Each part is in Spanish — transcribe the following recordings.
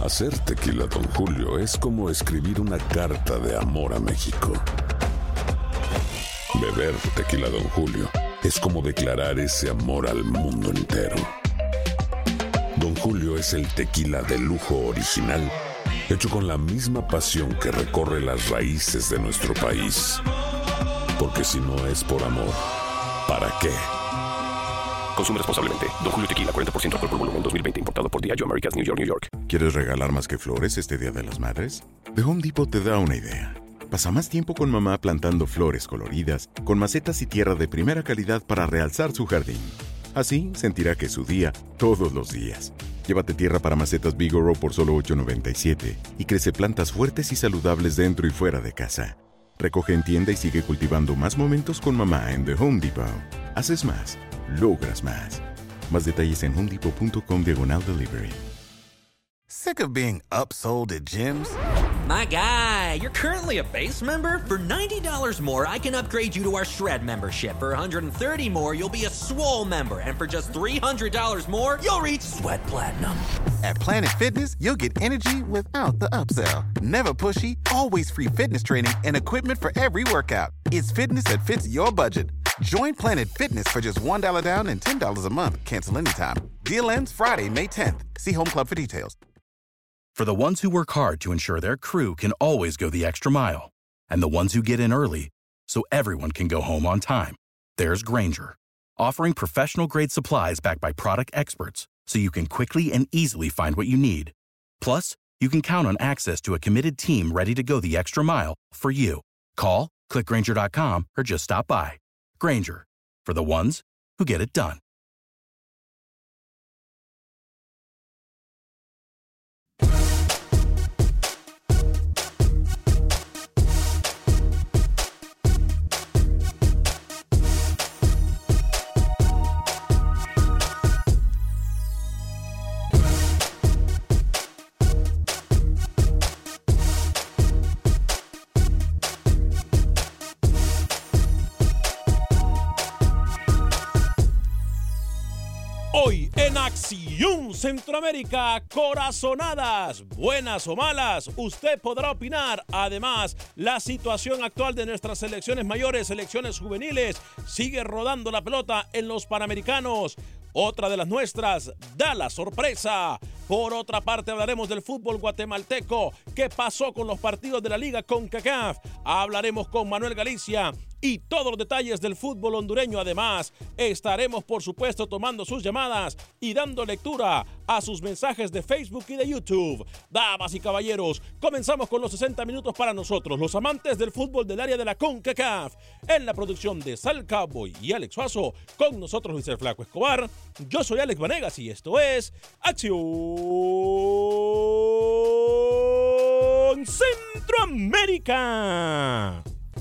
Hacer tequila Don Julio es como escribir una carta de amor a México. Beber tequila Don Julio es como declarar ese amor al mundo entero. Don Julio es el tequila de lujo original, hecho con la misma pasión que recorre las raíces de nuestro país. Porque si no es por amor, ¿para qué? Consume responsablemente. Don Julio Tequila, 40% alcohol por volumen, 2020. Importado por Diageo Americas, New York, New York. ¿Quieres regalar más que flores este Día de las Madres? The Home Depot te da una idea. Pasa más tiempo con mamá plantando flores coloridas, con macetas y tierra de primera calidad para realzar su jardín. Así sentirá que es su día todos los días. Llévate tierra para macetas Bigoro por solo $8.97 y crece plantas fuertes y saludables dentro y fuera de casa. Recoge en tienda y sigue cultivando más momentos con mamá en The Home Depot. Haces más, logras más. Más detalles en homedepot.com/delivery. Sick of being upsold at gyms? My guy, you're currently a base member? For $90 more, I can upgrade you to our Shred membership. For $130 more, you'll be a Swole member. And for just $300 more, you'll reach Sweat Platinum. At Planet Fitness, you'll get energy without the upsell. Never pushy, always free fitness training and equipment for every workout. It's fitness that fits your budget. Join Planet Fitness for just $1 down and $10 a month. Cancel anytime. Deal ends Friday, May 10th. See Home Club for details. For the ones who work hard to ensure their crew can always go the extra mile, and the ones who get in early so everyone can go home on time, there's Grainger, offering professional-grade supplies backed by product experts so you can quickly and easily find what you need. Plus, you can count on access to a committed team ready to go the extra mile for you. Call, click Grainger.com, or just stop by. Grainger, for the ones who get it done. Hoy en Acción Centroamérica, corazonadas, buenas o malas, usted podrá opinar. Además, la situación actual de nuestras selecciones mayores, selecciones juveniles, sigue rodando la pelota en los Panamericanos. Otra de las nuestras da la sorpresa. Por otra parte, hablaremos del fútbol guatemalteco. ¿Qué pasó con los partidos de la Liga CONCACAF? Hablaremos con Manuel Galicia y todos los detalles del fútbol hondureño. Además, estaremos, por supuesto, tomando sus llamadas y dando lectura a sus mensajes de Facebook y de YouTube. Damas y caballeros, comenzamos con los 60 minutos para nosotros, los amantes del fútbol del área de la CONCACAF. En la producción de Sal Cowboy y Alex Suazo, con nosotros Luis el Flaco Escobar. Yo soy Alex Vanegas y esto es Acción Centroamérica.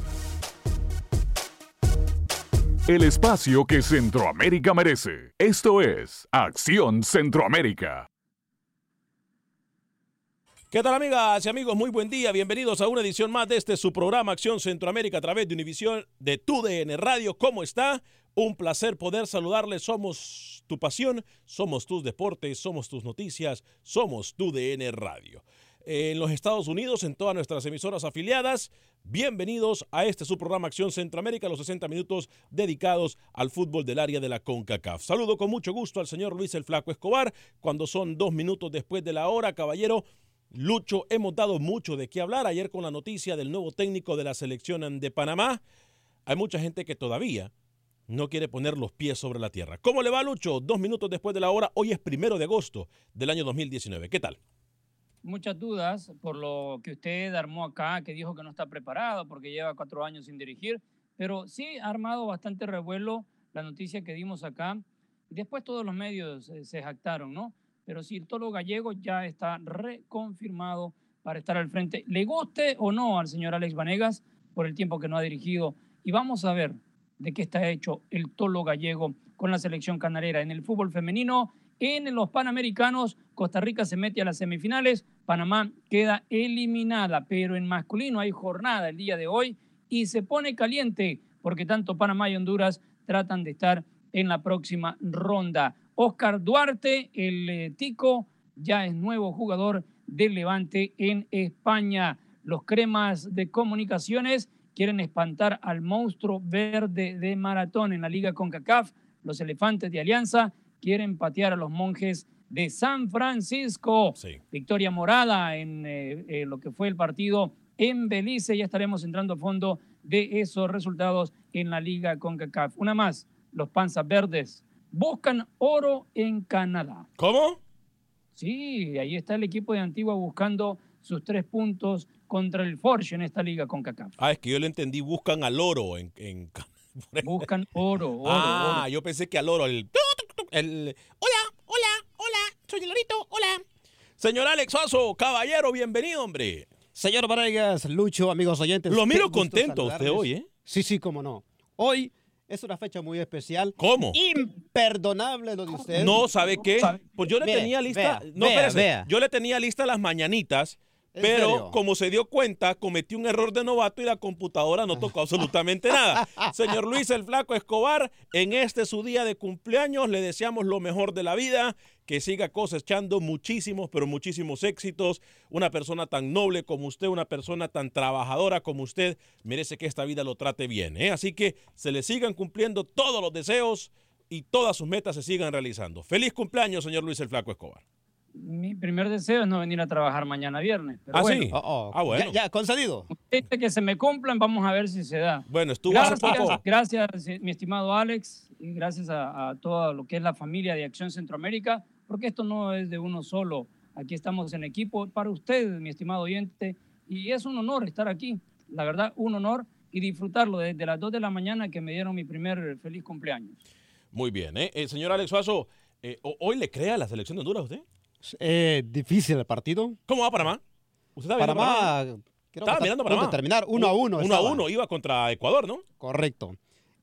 El espacio que Centroamérica merece. Esto es Acción Centroamérica. ¿Qué tal, amigas y amigos? Muy buen día. Bienvenidos a una edición más de su programa Acción Centroamérica a través de Univisión de TUDN Radio. ¿Cómo está? Un placer poder saludarles. Somos tu pasión, somos tus deportes, somos tus noticias, somos TUDN Radio. En los Estados Unidos, en todas nuestras emisoras afiliadas, bienvenidos a su programa Acción Centroamérica, los 60 minutos dedicados al fútbol del área de la CONCACAF. Saludo con mucho gusto al señor Luis el Flaco Escobar, cuando son 2 minutos después de la hora. Caballero, Lucho, hemos dado mucho de qué hablar ayer con la noticia del nuevo técnico de la selección de Panamá. Hay mucha gente que todavía no quiere poner los pies sobre la tierra. ¿Cómo le va, Lucho? 2 minutos después de la hora. Hoy es 1 de agosto del año 2019. ¿Qué tal? Muchas dudas por lo que usted armó acá, que dijo que no está preparado porque lleva 4 años sin dirigir, pero sí ha armado bastante revuelo la noticia que dimos acá. Y después todos los medios se jactaron, ¿no? Pero sí, el Tolo Gallego ya está reconfirmado para estar al frente. Le guste o no al señor Alex Vanegas por el tiempo que no ha dirigido. Y vamos a ver de qué está hecho el Tolo Gallego con la selección canarera en el fútbol femenino. En los Panamericanos, Costa Rica se mete a las semifinales, Panamá queda eliminada, pero en masculino hay jornada el día de hoy y se pone caliente porque tanto Panamá y Honduras tratan de estar en la próxima ronda. Oscar Duarte, el tico, ya es nuevo jugador del Levante en España. Los cremas de comunicaciones quieren espantar al monstruo verde de Maratón en la Liga CONCACAF. Los elefantes de Alianza quieren patear a los monjes de San Francisco. Sí. Victoria morada en lo que fue el partido en Belice. Ya estaremos entrando a fondo de esos resultados en la Liga CONCACAF. Una más, los panzas verdes buscan oro en Canadá. ¿Cómo? Sí, ahí está el equipo de Antigua buscando sus 3 puntos contra el Forge en esta Liga CONCACAF. Es que yo le entendí, buscan al oro en Buscan oro. Yo pensé que al oro, hola, soy el lorito, hola. Señor Alex Suazo, caballero, bienvenido, hombre. Señor Varegas, Lucho, amigos oyentes. Lo miro contento usted hoy, ¿eh? Sí, cómo no. Hoy es una fecha muy especial. ¿Cómo? Imperdonable lo de usted. No, ¿sabe qué? Pues yo le tenía lista... Yo le tenía lista las mañanitas, pero como se dio cuenta, cometí un error de novato y la computadora no tocó absolutamente nada. Señor Luis el Flaco Escobar, en su día de cumpleaños, le deseamos lo mejor de la vida, que siga cosechando muchísimos, pero muchísimos éxitos. Una persona tan noble como usted, una persona tan trabajadora como usted, merece que esta vida lo trate bien, ¿eh? Así que se le sigan cumpliendo todos los deseos y todas sus metas se sigan realizando. Feliz cumpleaños, señor Luis el Flaco Escobar. Mi primer deseo es no venir a trabajar mañana viernes. Pero bueno. ¿Sí? Bueno. Ya, concedido. Que se me cumplan, vamos a ver si se da. Bueno, estuvo hace poco. Gracias, mi estimado Alex, y gracias a todo lo que es la familia de Acción Centroamérica, porque esto no es de uno solo. Aquí estamos en equipo para usted, mi estimado oyente, y es un honor estar aquí. La verdad, un honor y disfrutarlo desde las 2 de la mañana que me dieron mi primer feliz cumpleaños. Muy bien, señor Alex Suazo, ¿hoy le cree a la selección de Honduras usted? Difícil el partido. ¿Cómo va Panamá? ¿Usted está Panamá? Estaba mirando Panamá. Terminar 1-1. 1-1 iba contra Ecuador, ¿no? Correcto.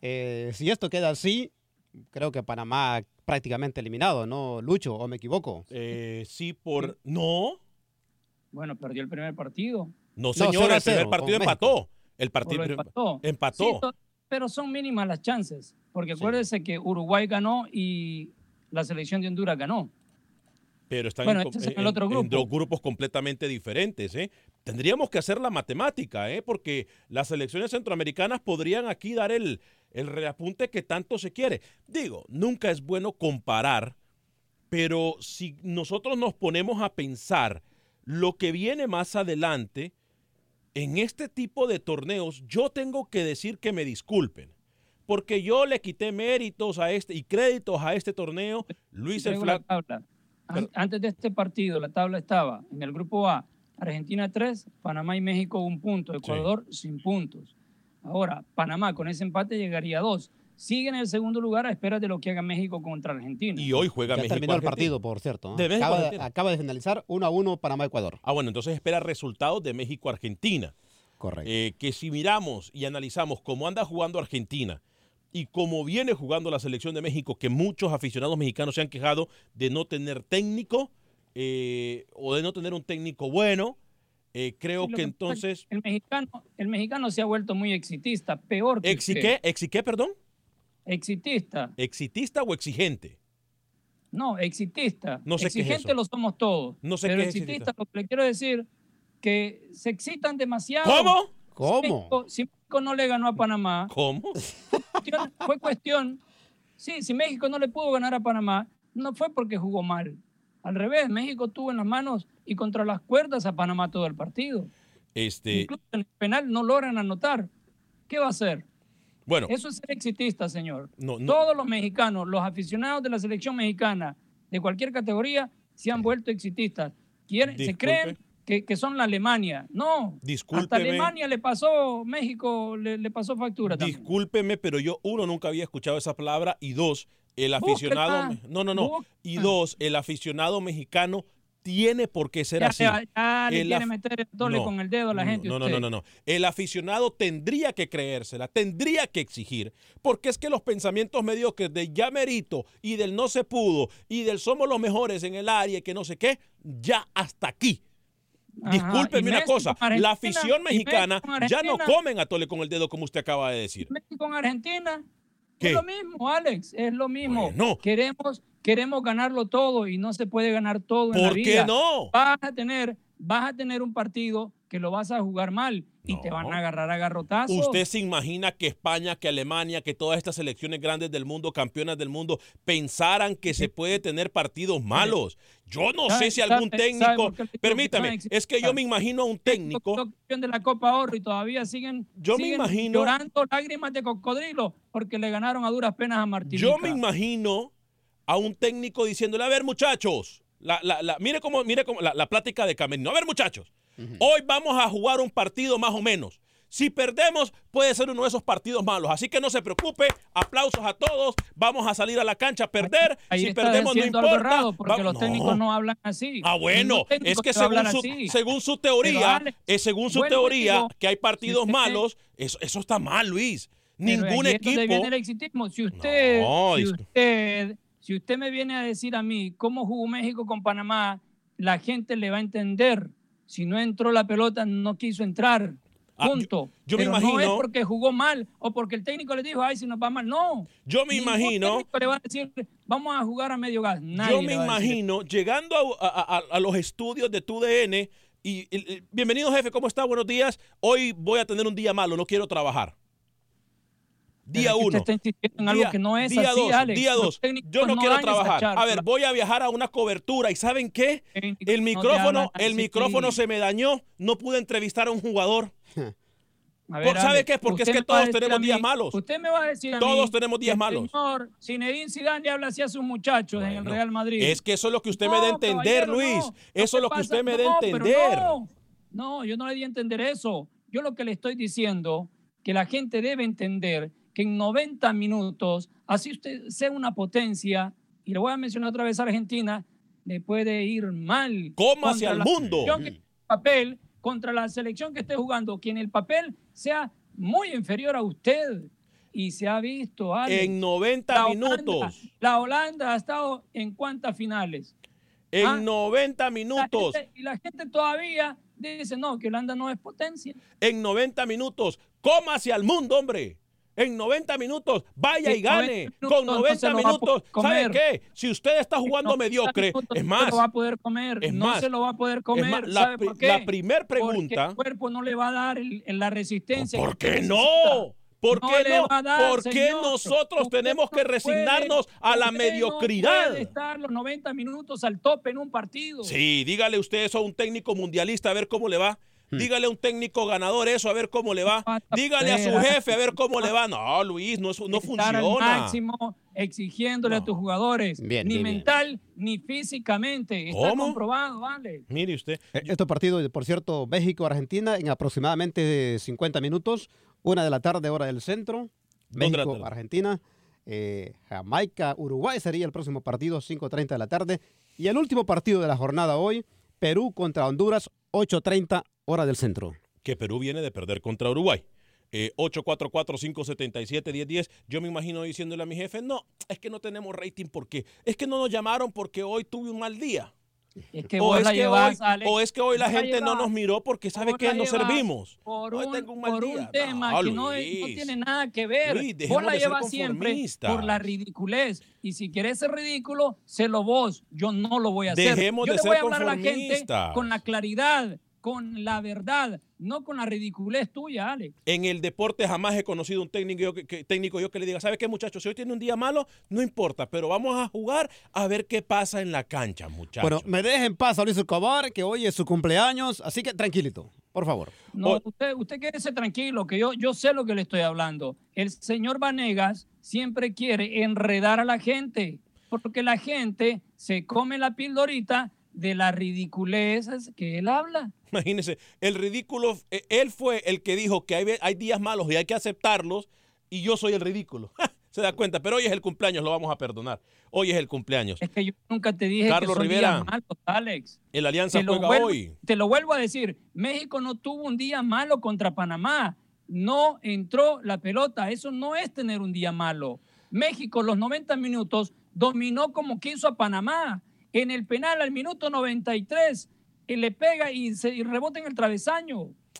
Si esto queda así, creo que Panamá prácticamente eliminado, ¿no, Lucho? ¿O me equivoco? Sí, ¿No? Bueno, perdió el primer partido. No, señor, el primer partido empató. El partido empató. Sí, pero son mínimas las chances, porque acuérdese que Uruguay ganó y la selección de Honduras ganó. Pero están el otro grupo. en 2 grupos completamente diferentes, ¿eh? Tendríamos que hacer la matemática, porque las selecciones centroamericanas podrían aquí dar el reapunte que tanto se quiere. Digo, nunca es bueno comparar, pero si nosotros nos ponemos a pensar lo que viene más adelante, en este tipo de torneos, yo tengo que decir que me disculpen, porque yo le quité méritos y créditos a este torneo. Luis el Flaco. Antes de este partido, la tabla estaba en el grupo A, Argentina 3, Panamá y México 1 punto, Ecuador sin puntos. Ahora, Panamá con ese empate llegaría a 2. Sigue en el segundo lugar a espera de lo que haga México contra Argentina. Y hoy juega México. Terminó el partido, por cierto. Acaba de finalizar 1-1 Panamá-Ecuador. Bueno, entonces espera resultados de México-Argentina. Correcto. Que si miramos y analizamos cómo anda jugando Argentina y cómo viene jugando la selección de México, que muchos aficionados mexicanos se han quejado de no tener técnico o de no tener un técnico bueno, creo que entonces... El mexicano se ha vuelto muy exitista, peor que ¿Qué, perdón? Exitista. ¿Exitista o exigente? No, exitista. No sé exigente qué es eso. Lo somos todos. No sé pero qué es exitista, lo que le quiero decir, que se excitan demasiado. ¿Cómo? Si México no le ganó a Panamá. ¿Cómo? Fue cuestión. Sí, si México no le pudo ganar a Panamá, no fue porque jugó mal. Al revés, México tuvo en las manos y contra las cuerdas a Panamá todo el partido. Incluso en el penal no logran anotar. ¿Qué va a hacer? Bueno. Eso es ser exitista, señor. No. Todos los mexicanos, los aficionados de la selección mexicana, de cualquier categoría, se han vuelto exitistas. Se creen que son la Alemania. No. Discúlpeme. Hasta Alemania le pasó, México le pasó factura también. Discúlpeme, pero uno, nunca había escuchado esa palabra, y 2, el aficionado... Y 2, el aficionado mexicano tiene por qué ser así. Le quiere meter el tole con el dedo a la gente. No. El aficionado tendría que creérsela, tendría que exigir, porque es que los pensamientos mediocres de ya merito y del no se pudo y del somos los mejores en el área y que no sé qué, ya hasta aquí. Discúlpeme una cosa, la afición mexicana ya no comen a tole con el dedo como usted acaba de decir. México con Argentina. ¿Qué? Es lo mismo, Alex, es lo mismo. Bueno. queremos ganarlo todo y no se puede ganar todo en la vida. ¿Por qué no? Vas a tener un partido que lo vas a jugar mal y te van a agarrar a garrotazos. ¿Usted se imagina que España, que Alemania, que todas estas selecciones grandes del mundo, campeonas del mundo, pensaran que se puede tener partidos malos? Yo no sé si algún técnico, permítame, es que yo me imagino a un técnico campeón de la Copa Oro y todavía siguen llorando lágrimas de cocodrilo porque le ganaron a duras penas a Martinica. Yo me imagino a un técnico diciéndole, a ver, muchachos, mire cómo la plática de Camerino. A ver, muchachos, hoy vamos a jugar un partido más o menos. Si perdemos, puede ser uno de esos partidos malos. Así que no se preocupe. Aplausos a todos. Vamos a salir a la cancha a perder. Ahí si perdemos, no importa. Algo raro porque los técnicos no hablan así. Ah, bueno. Es que según su teoría, que hay partidos malos, eso está mal, Luis. Ningún equipo. Viene el exitismo. Si usted me viene a decir a mí cómo jugó México con Panamá, la gente le va a entender. Si no entró la pelota, no quiso entrar. Punto. Yo Pero me imagino. No es porque jugó mal o porque el técnico le dijo, ay, si nos va mal. No. Yo me imagino. El técnico le va a decir, vamos a jugar a medio gas. Yo me imagino llegando a los estudios de TUDN y bienvenido, jefe, ¿cómo está? Buenos días. Hoy voy a tener un día malo, no quiero trabajar. Día 1. Usted está insistiendo en algo que no es así, Alex. Día 2. Yo no quiero trabajar. A ver, voy a viajar a una cobertura y ¿saben qué? El micrófono se me dañó. No pude entrevistar a un jugador. ¿Sabe qué? Porque es que todos tenemos días malos. Usted me va a decir a mí. Todos tenemos días malos. Señor Zinedine Zidane le habla así a sus muchachos en el Real Madrid. Es que eso es lo que usted me da a entender, Luis. Eso es lo que usted me da a entender. No, yo no le di a entender eso. Yo lo que le estoy diciendo, que la gente debe entender que en 90 minutos, así usted sea una potencia, y le voy a mencionar otra vez a Argentina, le puede ir mal. ¡Cómase al mundo! Papel contra la selección que esté jugando, que en el papel sea muy inferior a usted. Y se ha visto, Alex, en 90 minutos. La Holanda ha estado en ¿cuántas finales? En 90 minutos. Y la gente todavía dice, no, que Holanda no es potencia. En 90 minutos. ¡Cómase al mundo, hombre! En 90 minutos, vaya y gane. Con 90 minutos, ¿sabe qué? Si usted está jugando mediocre, es más. No se lo va a poder comer. No se lo va a poder comer. ¿Sabe por qué? La primera pregunta. Porque el cuerpo no le va a dar la resistencia. ¿Por qué no? ¿Por qué no? ¿Por qué nosotros tenemos que resignarnos a la mediocridad? No puede estar los 90 minutos al tope en un partido. Sí, dígale usted eso a un técnico mundialista a ver cómo le va. Dígale a un técnico ganador eso, a ver cómo le va. Dígale a su jefe, a ver cómo le va. No, Luis, no funciona. Al máximo exigiéndole a tus jugadores, ni mental ni físicamente. Está comprobado, vale. Mire usted. Estos partidos, por cierto, México-Argentina en aproximadamente 50 minutos. 1 de la tarde, hora del centro. México-Argentina. Jamaica-Uruguay sería el próximo partido, 5:30 de la tarde. Y el último partido de la jornada hoy, Perú contra Honduras, 8:30 hora del centro. Que Perú viene de perder contra Uruguay. 844-577-1010. Yo me imagino diciéndole a mi jefe, no, es que no tenemos rating porque es que no nos llamaron porque hoy tuve un mal día. Es que Alex, o es que hoy la gente no nos miró porque sabe que nos servimos. Por un tema que no tiene nada que ver. Luis, vos la llevas siempre por la ridiculez. Y si querés ser ridículo, sélo vos. Yo no lo voy a hacer. Dejemos yo de le ser voy a hablar a la gente conformistas. con la claridad, con la verdad, no con la ridiculez tuya, Alex. En el deporte jamás he conocido un técnico que le diga, ¿sabe qué, muchachos? Si hoy tiene un día malo, no importa, pero vamos a jugar a ver qué pasa en la cancha, muchachos. Bueno, me dejen en paz a Luis Escobar, que hoy es su cumpleaños, así que tranquilito, por favor. No, usted quédese tranquilo, que yo sé lo que le estoy hablando. El señor Vanegas siempre quiere enredar a la gente, porque la gente se come la pildorita de las ridiculeces que él habla. Imagínese, el ridículo, él fue el que dijo que hay días malos y hay que aceptarlos, y yo soy el ridículo. Se da cuenta, pero hoy es el cumpleaños, lo vamos a perdonar. Hoy es el cumpleaños. Es que yo nunca te dije Carlos que son Rivera, días malos, Alex. El Alianza juega hoy. Te lo vuelvo a decir, México no tuvo un día malo contra Panamá. No entró la pelota, eso no es tener un día malo. México los 90 minutos dominó como quiso a Panamá. En el penal al minuto 93 le pega y rebota en el travesaño.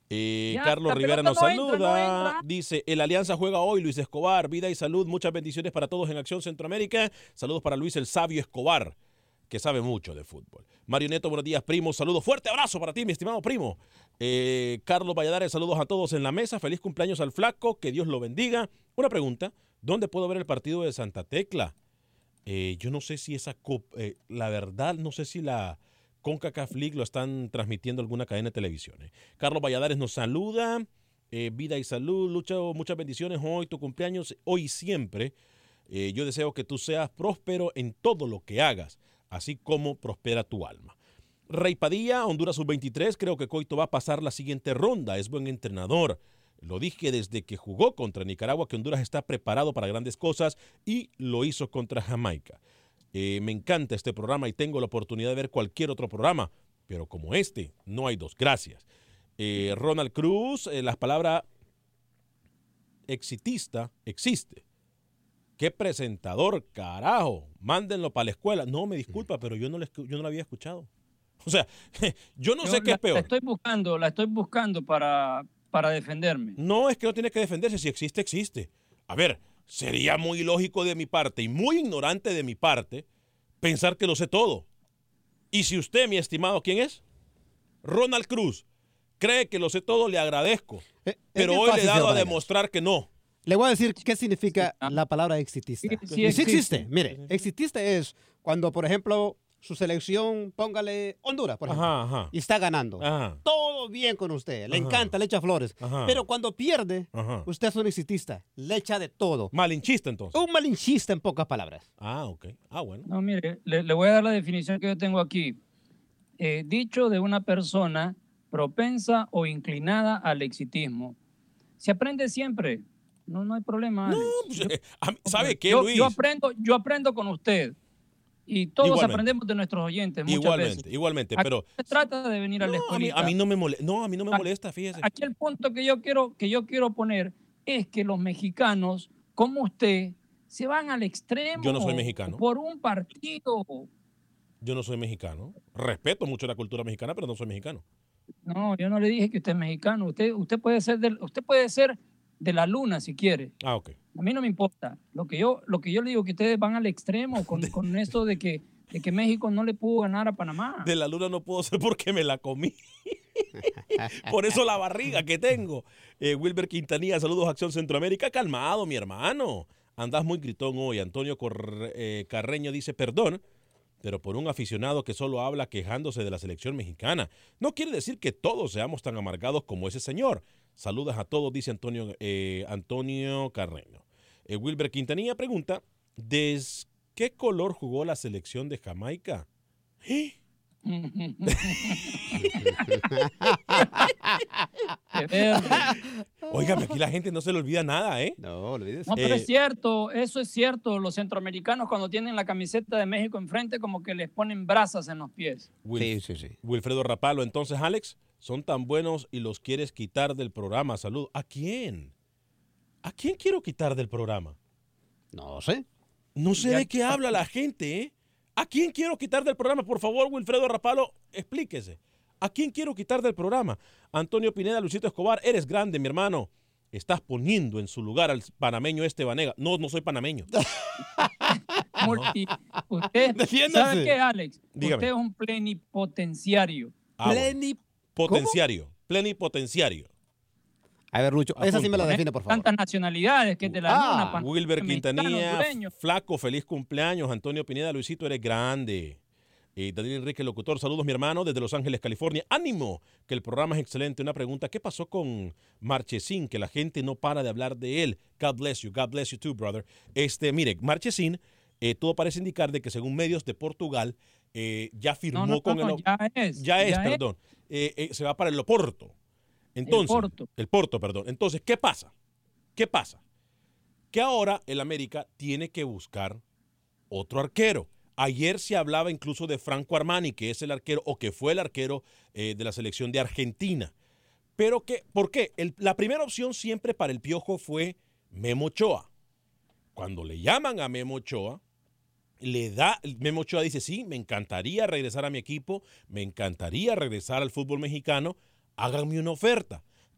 Carlos la Rivera pelota nos no entra, saluda. no entra. Dice, el Alianza juega hoy, Luis Escobar. Vida y salud, muchas bendiciones para todos en Acción Centroamérica. Saludos para Luis el Sabio Escobar, que sabe mucho de fútbol. Mario Neto, buenos días, primo. Saludos, fuerte abrazo para ti, mi estimado primo. Carlos Valladares, saludos a todos en la mesa. Feliz cumpleaños al flaco, que Dios lo bendiga. Una pregunta, ¿dónde puedo ver el partido de Santa Tecla? Yo no sé si esa la verdad, no sé si la CONCACAF League lo están transmitiendo alguna cadena de televisión. Carlos Valladares nos saluda. Vida y salud, Lucho, muchas bendiciones hoy, tu cumpleaños, hoy y siempre. Yo deseo que tú seas próspero en todo lo que hagas, así como prospera tu alma. Rey Padilla, Honduras Sub-23, creo que Coito va a pasar la siguiente ronda, es buen entrenador. Lo dije desde que jugó contra Nicaragua, que Honduras está preparado para grandes cosas y lo hizo contra Jamaica. Me encanta este programa y tengo la oportunidad de ver cualquier otro programa, pero como este, no hay dos. Gracias. Ronald Cruz, las palabras exitista existe. ¿Qué presentador, carajo? Mándenlo para la escuela. No, me disculpa, pero yo no lo había escuchado. O sea, yo no sé qué es peor. La estoy buscando para defenderme. No, es que no tiene que defenderse. Si existe, existe. A ver, sería muy ilógico de mi parte y muy ignorante de mi parte pensar que lo sé todo. Y si usted, mi estimado, ¿quién es? Ronald Cruz, cree que lo sé todo, le agradezco. Pero hoy le he dado a demostrar que no. Le voy a decir qué significa la palabra exitista. Sí y sí existe. Mire, exitista es cuando, por ejemplo, su selección, póngale Honduras, por ejemplo, y está ganando. Todo bien con usted, le encanta, le echa flores. Pero cuando pierde, usted es un exitista, le echa de todo. Malinchista, entonces. Un malinchista, en pocas palabras. Ok. Bueno. No, mire, le voy a dar la definición que yo tengo aquí. Dicho de una persona propensa o inclinada al exitismo. Se aprende siempre. No hay problema. No, ¿sabe qué, Luis? Yo aprendo con usted. Y todos aprendemos de nuestros oyentes muchas veces. Igualmente, Aquí pero se trata de venir a la escuelita. A mí no me molesta. No, a mí no me molesta, fíjese. Aquí el punto que yo quiero poner es que los mexicanos, como usted, se van al extremo. Yo no soy mexicano. Por un partido. Yo no soy mexicano. Respeto mucho la cultura mexicana, pero no soy mexicano. No, yo no le dije que usted es mexicano. Usted puede ser de la luna si quiere. Ok. A mí no me importa. Lo que yo le digo que ustedes van al extremo con esto de que México no le pudo ganar a Panamá. De la luna no puedo ser porque me la comí. Por eso la barriga que tengo. Wilber Quintanilla, saludos a Acción Centroamérica. Calmado, mi hermano. Andás muy gritón hoy. Antonio Carreño dice, perdón, pero por un aficionado que solo habla quejándose de la selección mexicana. No quiere decir que todos seamos tan amargados como ese señor. Saludos a todos, dice Antonio Carreño. Wilber Quintanilla pregunta, ¿desde qué color jugó la selección de Jamaica? Óigame, aquí la gente no se le olvida nada, ¿eh? No, olvídese. No, pero es cierto, eso es cierto. Los centroamericanos cuando tienen la camiseta de México enfrente como que les ponen brasas en los pies. Sí. Wilfredo Rapalo, entonces, Alex, son tan buenos y los quieres quitar del programa. Salud. ¿A quién? ¿A quién quiero quitar del programa? No sé. No sé de qué habla la gente, ¿eh? ¿A quién quiero quitar del programa? Por favor, Wilfredo Rapalo, explíquese. ¿A quién quiero quitar del programa? Antonio Pineda, Luisito Escobar, eres grande, mi hermano. Estás poniendo en su lugar al panameño Vanega. No soy panameño. Usted, ¿sabe qué, Alex? Dígame. Usted es un plenipotenciario. Plenipotenciario. A ver, Lucho, esa sí me la define, por favor. Tantas nacionalidades que es de la luna. Wilber Quintanilla, flaco, feliz cumpleaños. Antonio Pineda, Luisito, eres grande. Daniel Enrique, locutor, saludos, mi hermano, desde Los Ángeles, California. ¡Ánimo! Que el programa es excelente. Una pregunta, ¿qué pasó con Marchesín? Que la gente no para de hablar de él. God bless you too, brother. Mire, Marchesín, todo parece indicar de que según medios de Portugal, ya firmó con el... perdón. Se va para el Oporto. Entonces, el Porto, perdón. Entonces, ¿qué pasa? Que ahora el América tiene que buscar otro arquero. Ayer se hablaba incluso de Franco Armani, que es el arquero, o que fue el arquero de la selección de Argentina. Pero ¿por qué? La primera opción siempre para el Piojo fue Memo Ochoa. Cuando le llaman a Memo Ochoa, Memo Ochoa dice, sí, me encantaría regresar a mi equipo, me encantaría regresar al fútbol mexicano, háganme una oferta.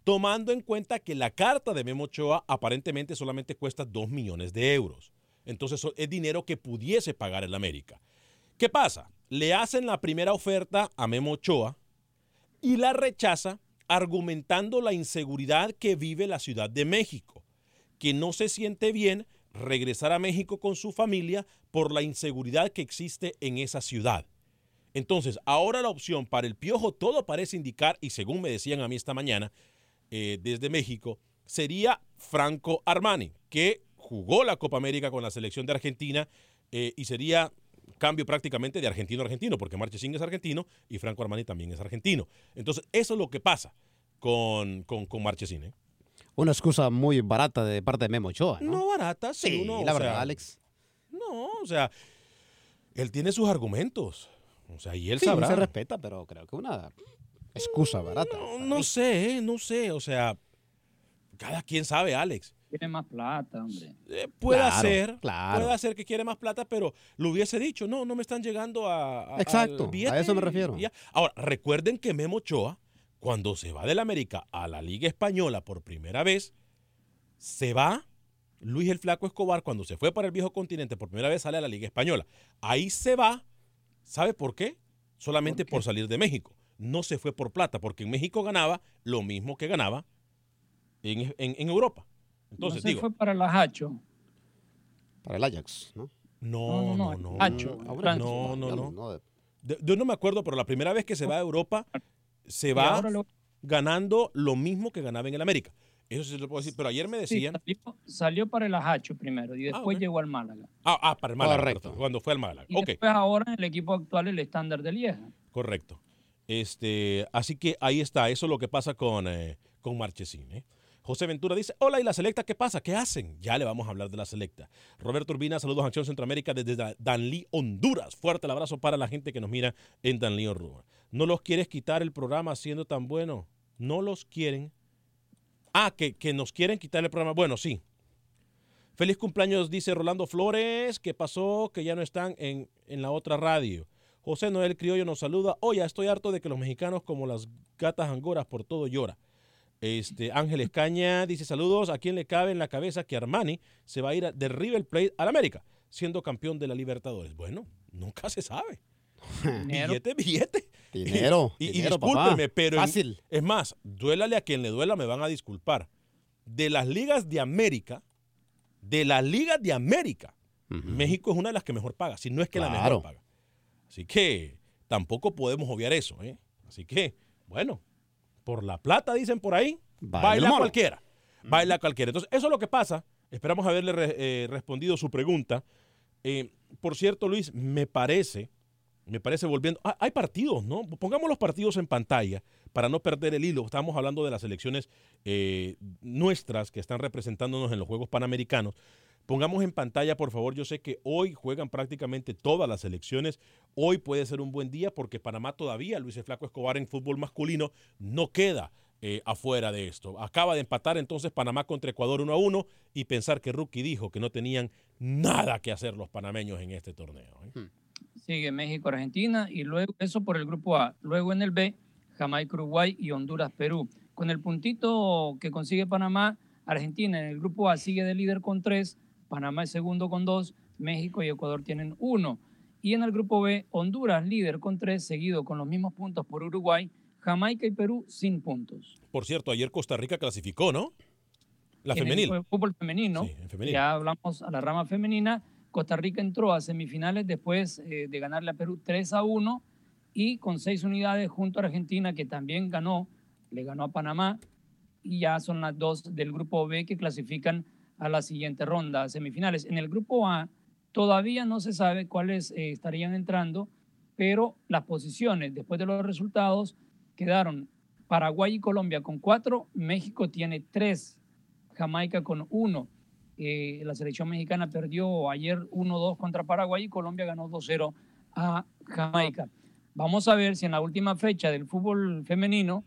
tomando en cuenta que la carta de Memo Ochoa aparentemente solamente cuesta 2 millones de euros. Entonces es dinero que pudiese pagar el América. ¿Qué pasa? Le hacen la primera oferta a Memo Ochoa y la rechaza argumentando la inseguridad que vive la Ciudad de México, que no se siente bien regresar a México con su familia por la inseguridad que existe en esa ciudad. Entonces, ahora la opción para el Piojo, todo parece indicar, y según me decían a mí esta mañana, desde México, sería Franco Armani, que jugó la Copa América con la selección de Argentina y sería cambio prácticamente de argentino a argentino, porque Marchesín es argentino y Franco Armani también es argentino. Entonces, eso es lo que pasa con Marchesín, ¿eh? Una excusa muy barata de parte de Memo Ochoa, ¿no? No barata, sí. La verdad, Alex. No, o sea, él tiene sus argumentos. O sea, y él sí, sabrá. Se respeta, pero creo que una excusa barata. No sé. O sea, cada quien sabe, Alex. Tiene más plata, hombre. Puede ser que quiere más plata, pero lo hubiese dicho. No me están llegando Exacto, al billete, a eso me refiero. Ahora, recuerden que Memo Ochoa, cuando se va del América a la Liga Española por primera vez, se va. Luis el Flaco Escobar, cuando se fue para el viejo continente por primera vez, sale a la Liga Española. Ahí se va. ¿Sabe por qué? Solamente por salir de México. No se fue por plata, porque en México ganaba lo mismo que ganaba en Europa. Entonces, no se fue para el Ajax. Para el Ajax, ¿no? No. Yo no me acuerdo, pero la primera vez que se va a Europa, se va ganando lo mismo que ganaba en el América. Eso sí se lo puedo decir, pero ayer me decían... Sí, salió para el Ajax primero y después llegó al Málaga. Para el Málaga. Correcto. Cuando fue al Málaga. Y después ahora en el equipo actual, el Standard de Lieja. Correcto. Así que ahí está. Eso es lo que pasa con Marchesín, ¿eh? José Ventura dice, hola, ¿y la selecta qué pasa? ¿Qué hacen? Ya le vamos a hablar de la selecta. Roberto Urbina, saludos a Acción Centroamérica desde Danlí, Honduras. Fuerte el abrazo para la gente que nos mira en Danlí, Honduras. ¿No los quieres quitar el programa siendo tan bueno? No los quieren. Que nos quieren quitar el programa. Bueno, sí. Feliz cumpleaños, dice Rolando Flores. ¿Qué pasó? Que ya no están en la otra radio. José Noel Criollo nos saluda. Oye, estoy harto de que los mexicanos como las gatas angoras por todo llora. Ángel Escaña dice saludos. ¿A quién le cabe en la cabeza que Armani se va a ir de River Plate al América siendo campeón de la Libertadores? Bueno, nunca se sabe. Billete. Dinero. Y discúlpeme, pero fácil. Es más, duélale a quien le duela, me van a disculpar. De las ligas de América, México es una de las que mejor paga, si no es que la mejor paga. Así que tampoco podemos obviar eso, ¿eh? Así que, bueno, por la plata, dicen por ahí, baila cualquiera. Baila cualquiera. Entonces, eso es lo que pasa. Esperamos haberle respondido su pregunta. Por cierto, Luis, me parece volviendo, hay partidos, ¿no? Pongamos los partidos en pantalla para no perder el hilo. Estamos hablando de las selecciones nuestras que están representándonos en los Juegos Panamericanos. Pongamos en pantalla, por favor. Yo sé que hoy juegan prácticamente todas las selecciones. Hoy puede ser un buen día porque Panamá todavía, Luis el Flaco Escobar en fútbol masculino, no queda afuera de esto. Acaba de empatar entonces Panamá contra Ecuador 1-1 y pensar que Rookie dijo que no tenían nada que hacer los panameños en este torneo, ¿eh? Sigue México, Argentina y luego eso por el grupo A. Luego en el B, Jamaica, Uruguay y Honduras, Perú. Con el puntito que consigue Panamá, Argentina en el grupo A sigue de líder con 3, Panamá es segundo con 2, México y Ecuador tienen 1. Y en el grupo B, Honduras líder con 3, seguido con los mismos puntos por Uruguay, Jamaica y Perú sin puntos. Por cierto, ayer Costa Rica clasificó, ¿no? La femenil. El fútbol femenino. Sí, en femenil. Ya hablamos a la rama femenina. Costa Rica entró a semifinales después de ganarle a Perú 3-1 y con 6 unidades junto a Argentina, que también le ganó a Panamá, y ya son las 2 del grupo B que clasifican a la siguiente ronda, a semifinales. En el grupo A todavía no se sabe cuáles estarían entrando, pero las posiciones después de los resultados quedaron Paraguay y Colombia con 4, México tiene 3, Jamaica con 1. La selección mexicana perdió ayer 1-2 contra Paraguay y Colombia ganó 2-0 a Jamaica. Vamos a ver si en la última fecha del fútbol femenino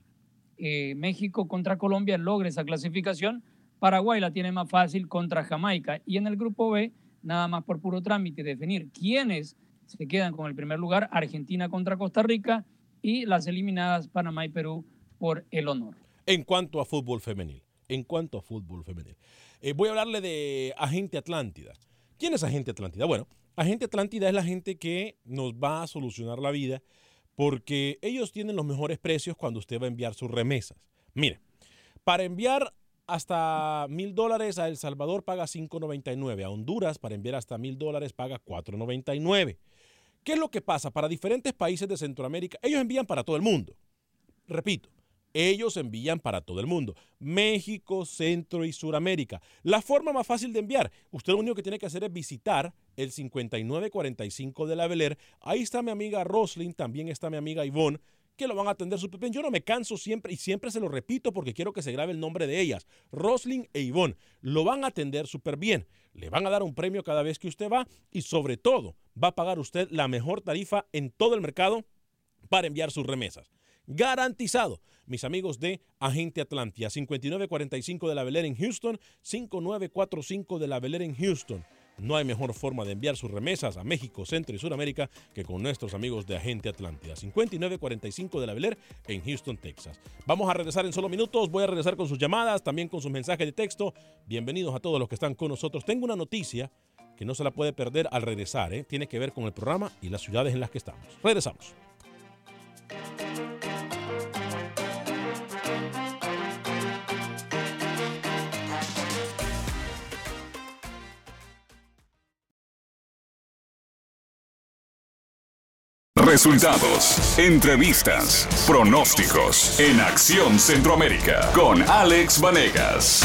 México contra Colombia logra esa clasificación. Paraguay la tiene más fácil contra Jamaica. Y en el grupo B, nada más por puro trámite, definir quiénes se quedan con el primer lugar, Argentina contra Costa Rica y las eliminadas Panamá y Perú por el honor. en cuanto a fútbol femenil. Voy a hablarle de Agente Atlántida. ¿Quién es Agente Atlántida? Bueno, Agente Atlántida es la gente que nos va a solucionar la vida porque ellos tienen los mejores precios cuando usted va a enviar sus remesas. Mire, para enviar hasta $1,000 a El Salvador paga $5.99. A Honduras, para enviar hasta $1,000 paga $4.99. ¿Qué es lo que pasa? Para diferentes países de Centroamérica, ellos envían para todo el mundo. Repito, ellos envían para todo el mundo. México, Centro y Suramérica. La forma más fácil de enviar, usted lo único que tiene que hacer es visitar el 5945 de la Bel Air. Ahí está mi amiga Roslyn, también está mi amiga Ivonne, que lo van a atender súper bien. Yo no me canso siempre y siempre se lo repito porque quiero que se grabe el nombre de ellas. Roslyn e Ivonne lo van a atender súper bien. Le van a dar un premio cada vez que usted va y sobre todo va a pagar usted la mejor tarifa en todo el mercado para enviar sus remesas. Garantizado. Mis amigos de Agente Atlántida, 5945 de la Bel Air en Houston, 5945 de la Bel Air en Houston. No hay mejor forma de enviar sus remesas a México, Centro y Suramérica que con nuestros amigos de Agente Atlántida. 5945 de la Bel Air en Houston, Texas. Vamos a regresar en solo minutos. Voy a regresar con sus llamadas, también con sus mensajes de texto. Bienvenidos a todos los que están con nosotros. Tengo una noticia que no se la puede perder al regresar. Tiene que ver con el programa y las ciudades en las que estamos. Regresamos. Resultados, entrevistas, pronósticos en Acción Centroamérica con Alex Vanegas.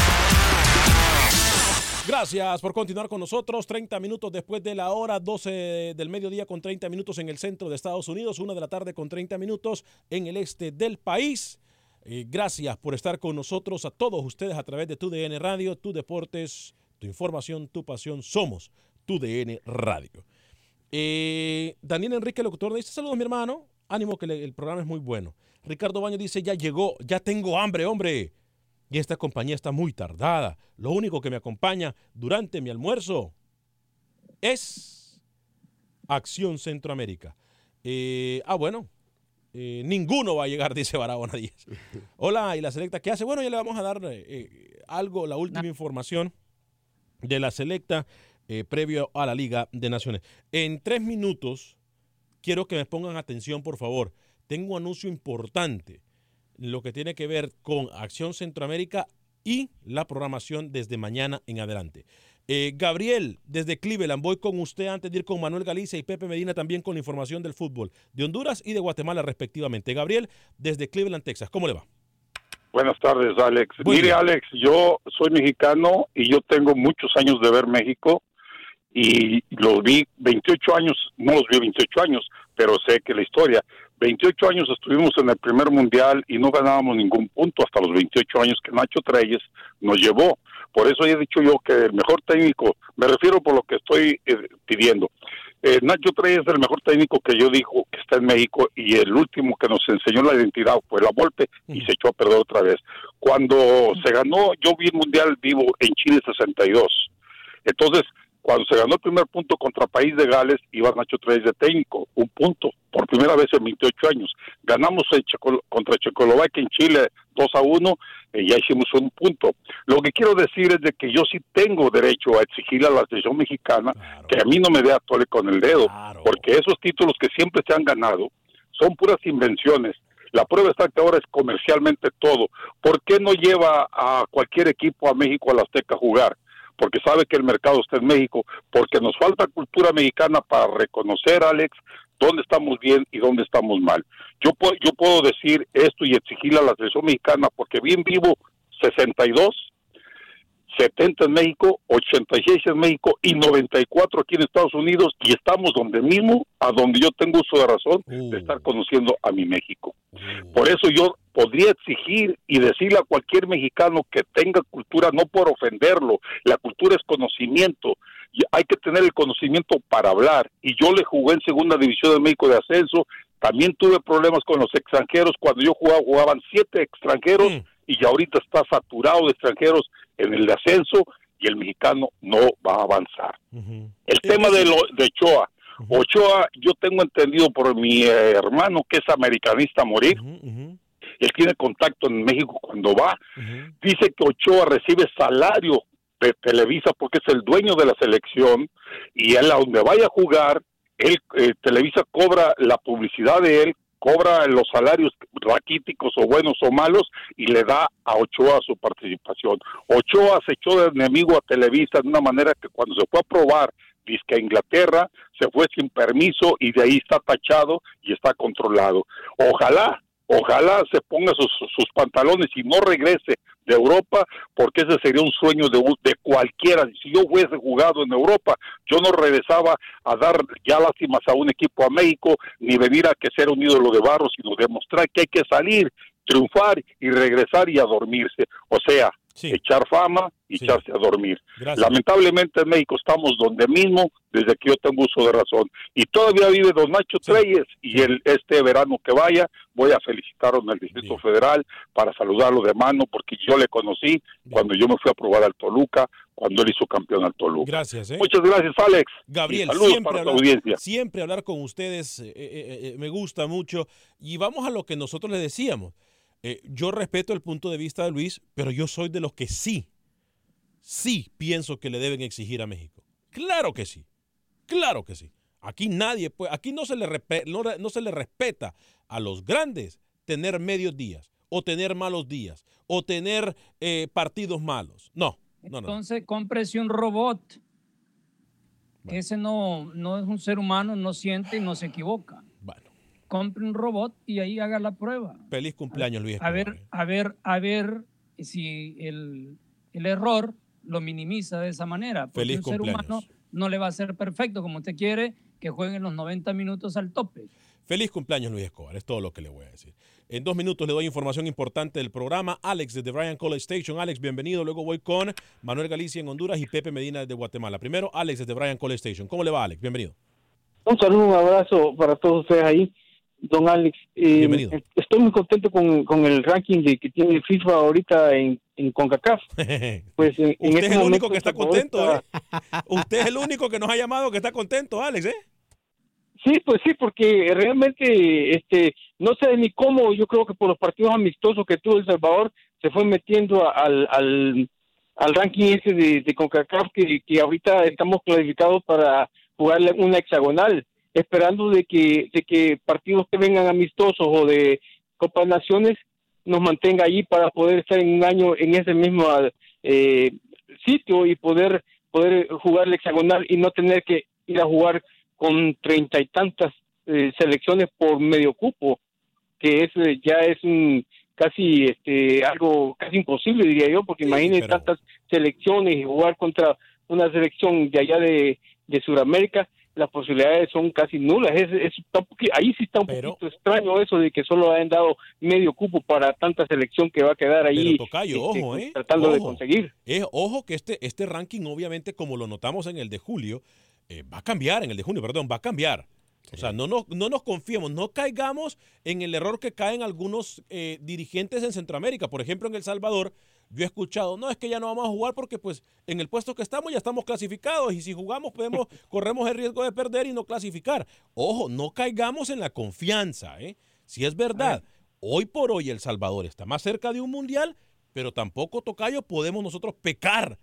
Gracias por continuar con nosotros. 30 minutos después de la hora, 12 del mediodía con 30 minutos en el centro de Estados Unidos, 1 de la tarde con 30 minutos en el este del país. Gracias por estar con nosotros a todos ustedes a través de TUDN Radio, Tu Deportes, Tu Información, Tu Pasión. Somos TUDN Radio. Daniel Enrique Locutor dice: saludos mi hermano, ánimo que el programa es muy bueno. Ricardo Baño dice: ya llegó, ya tengo hambre, hombre. Y esta compañía está muy tardada. Lo único que me acompaña durante mi almuerzo es Acción Centroamérica. Ninguno va a llegar, dice Barahona Díaz. Hola, ¿y la selecta qué hace? Bueno, ya le vamos a dar la última información de la selecta previo a la Liga de Naciones. En 3 minutos, quiero que me pongan atención, por favor. Tengo un anuncio importante, lo que tiene que ver con Acción Centroamérica y la programación desde mañana en adelante. Gabriel, desde Cleveland, voy con usted antes de ir con Manuel Galicia y Pepe Medina también con la información del fútbol de Honduras y de Guatemala respectivamente. Gabriel, desde Cleveland, Texas, ¿cómo le va? Buenas tardes, Alex. Mire, Alex, yo soy mexicano y yo tengo muchos años de ver México y los vi 28 años, no los vi 28 años, pero sé que la historia, 28 años estuvimos en el primer mundial y no ganábamos ningún punto hasta los 28 años que Nacho Treyes nos llevó. Por eso he dicho yo que el mejor técnico, me refiero por lo que estoy pidiendo. Nacho Treyes es el mejor técnico que yo digo que está en México y el último que nos enseñó la identidad fue la Volpe y se echó a perder otra vez. Cuando se ganó, yo vi el mundial vivo en Chile 62. Entonces, cuando se ganó el primer punto contra País de Gales, iba Nacho Treyes de técnico, un punto, por primera vez en 28 años. Ganamos contra Checoslovaquia en Chile 2-1, ya hicimos un punto. Lo que quiero decir es de que yo sí tengo derecho a exigirle a la selección mexicana que a mí no me dé a tole con el dedo, porque esos títulos que siempre se han ganado son puras invenciones. La prueba está que ahora es comercialmente todo. ¿Por qué no lleva a cualquier equipo a México, a la Azteca, a jugar? Porque sabe que el mercado está en México, porque nos falta cultura mexicana para reconocer, Alex, dónde estamos bien y dónde estamos mal. Yo puedo decir esto y exigirle a la selección mexicana, porque bien vivo 62, 70 en México, 86 en México y 94 aquí en Estados Unidos, y estamos donde mismo, a donde yo tengo uso de razón de estar conociendo a mi México. Por eso yo podría exigir y decirle a cualquier mexicano que tenga cultura, no por ofenderlo, la cultura es conocimiento, y hay que tener el conocimiento para hablar, y yo le jugué en Segunda División de México de ascenso, también tuve problemas con los extranjeros, cuando yo jugaban 7 extranjeros, y ya ahorita está saturado de extranjeros en el de ascenso, y el mexicano no va a avanzar. El tema de Ochoa. Ochoa, yo tengo entendido por mi hermano que es americanista a morir, él tiene contacto en México cuando va. Dice que Ochoa recibe salario de Televisa porque es el dueño de la selección, y él a donde vaya a jugar, Televisa cobra la publicidad de él, cobra los salarios raquíticos o buenos o malos, y le da a Ochoa su participación. Ochoa se echó de enemigo a Televisa de una manera que cuando se fue a probar dizque a Inglaterra, se fue sin permiso y de ahí está tachado y está controlado. Ojalá se ponga sus pantalones y no regrese de Europa, porque ese sería un sueño de cualquiera. Si yo hubiese jugado en Europa, yo no regresaba a dar ya lástimas a un equipo a México, ni venir a que ser un ídolo de barro, sino demostrar que hay que salir, triunfar y regresar y a dormirse. O sea, echar fama y echarse a dormir. Gracias. Lamentablemente en México estamos donde mismo desde que yo tengo uso de razón. Y todavía vive don Nacho Treyes, y este verano que vaya voy a felicitarlo en el Distrito Federal para saludarlo de mano, porque yo le conocí cuando yo me fui a probar al Toluca, cuando él hizo campeón al Toluca. Gracias. Muchas gracias, Alex. Gabriel, saludos para tu audiencia. Siempre hablar con ustedes me gusta mucho. Y vamos a lo que nosotros le decíamos. Yo respeto el punto de vista de Luis, pero yo soy de los que sí pienso que le deben exigir a México. Claro que sí. Aquí aquí no se le respeta a los grandes tener medios días, o tener malos días, o tener partidos malos. No. Entonces, cómprese un robot. Bueno. Ese no es un ser humano, no siente y no se equivoca. Bueno. Compre un robot y ahí haga la prueba. Feliz cumpleaños, Luis. A ver si el error lo minimiza de esa manera. Porque Feliz un ser humano no le va a ser perfecto, como usted quiere que jueguen los 90 minutos al tope. Feliz cumpleaños, Luis Escobar. Es todo lo que le voy a decir. En 2 minutos le doy información importante del programa. Alex desde Bryan College Station. Alex, bienvenido. Luego voy con Manuel Galicia en Honduras y Pepe Medina desde Guatemala. Primero, Alex desde Bryan College Station. ¿Cómo le va, Alex? Bienvenido. Un saludo, un abrazo para todos ustedes ahí. Don Alex, bienvenido. Estoy muy contento con el ranking que tiene FIFA ahorita en CONCACAF. Pues usted es el único que está contento, ¿eh? Usted es el único que nos ha llamado que está contento, Alex, ¿eh? Sí, pues sí, porque realmente no sé ni cómo. Yo creo que por los partidos amistosos que tuvo El Salvador se fue metiendo al ranking ese de CONCACAF, que ahorita estamos clasificados para jugar una hexagonal, esperando de que partidos que vengan amistosos o de Copa Naciones nos mantenga allí para poder estar en un año en ese mismo sitio y poder jugar el hexagonal y no tener que ir a jugar con 30 y tantas selecciones por medio cupo, que ya es casi algo casi imposible, diría yo, porque imagínense tantas selecciones y jugar contra una selección de allá de Sudamérica. Las posibilidades son casi nulas. Ahí sí está un poquito extraño eso de que solo hayan dado medio cupo para tanta selección que va a quedar ahí. Pero, tocayo, ojo, tratando de conseguir. Ojo que este ranking, obviamente, como lo notamos en el de julio, va a cambiar, va a cambiar. Sí. O sea, no nos confiemos, no caigamos en el error que caen algunos dirigentes en Centroamérica. Por ejemplo, en El Salvador, yo he escuchado, no, es que ya no vamos a jugar porque pues en el puesto que estamos ya estamos clasificados y si jugamos corremos el riesgo de perder y no clasificar. Ojo, no caigamos en la confianza, ¿eh? Si es verdad, hoy por hoy El Salvador está más cerca de un mundial, pero tampoco, tocayo, podemos nosotros pecar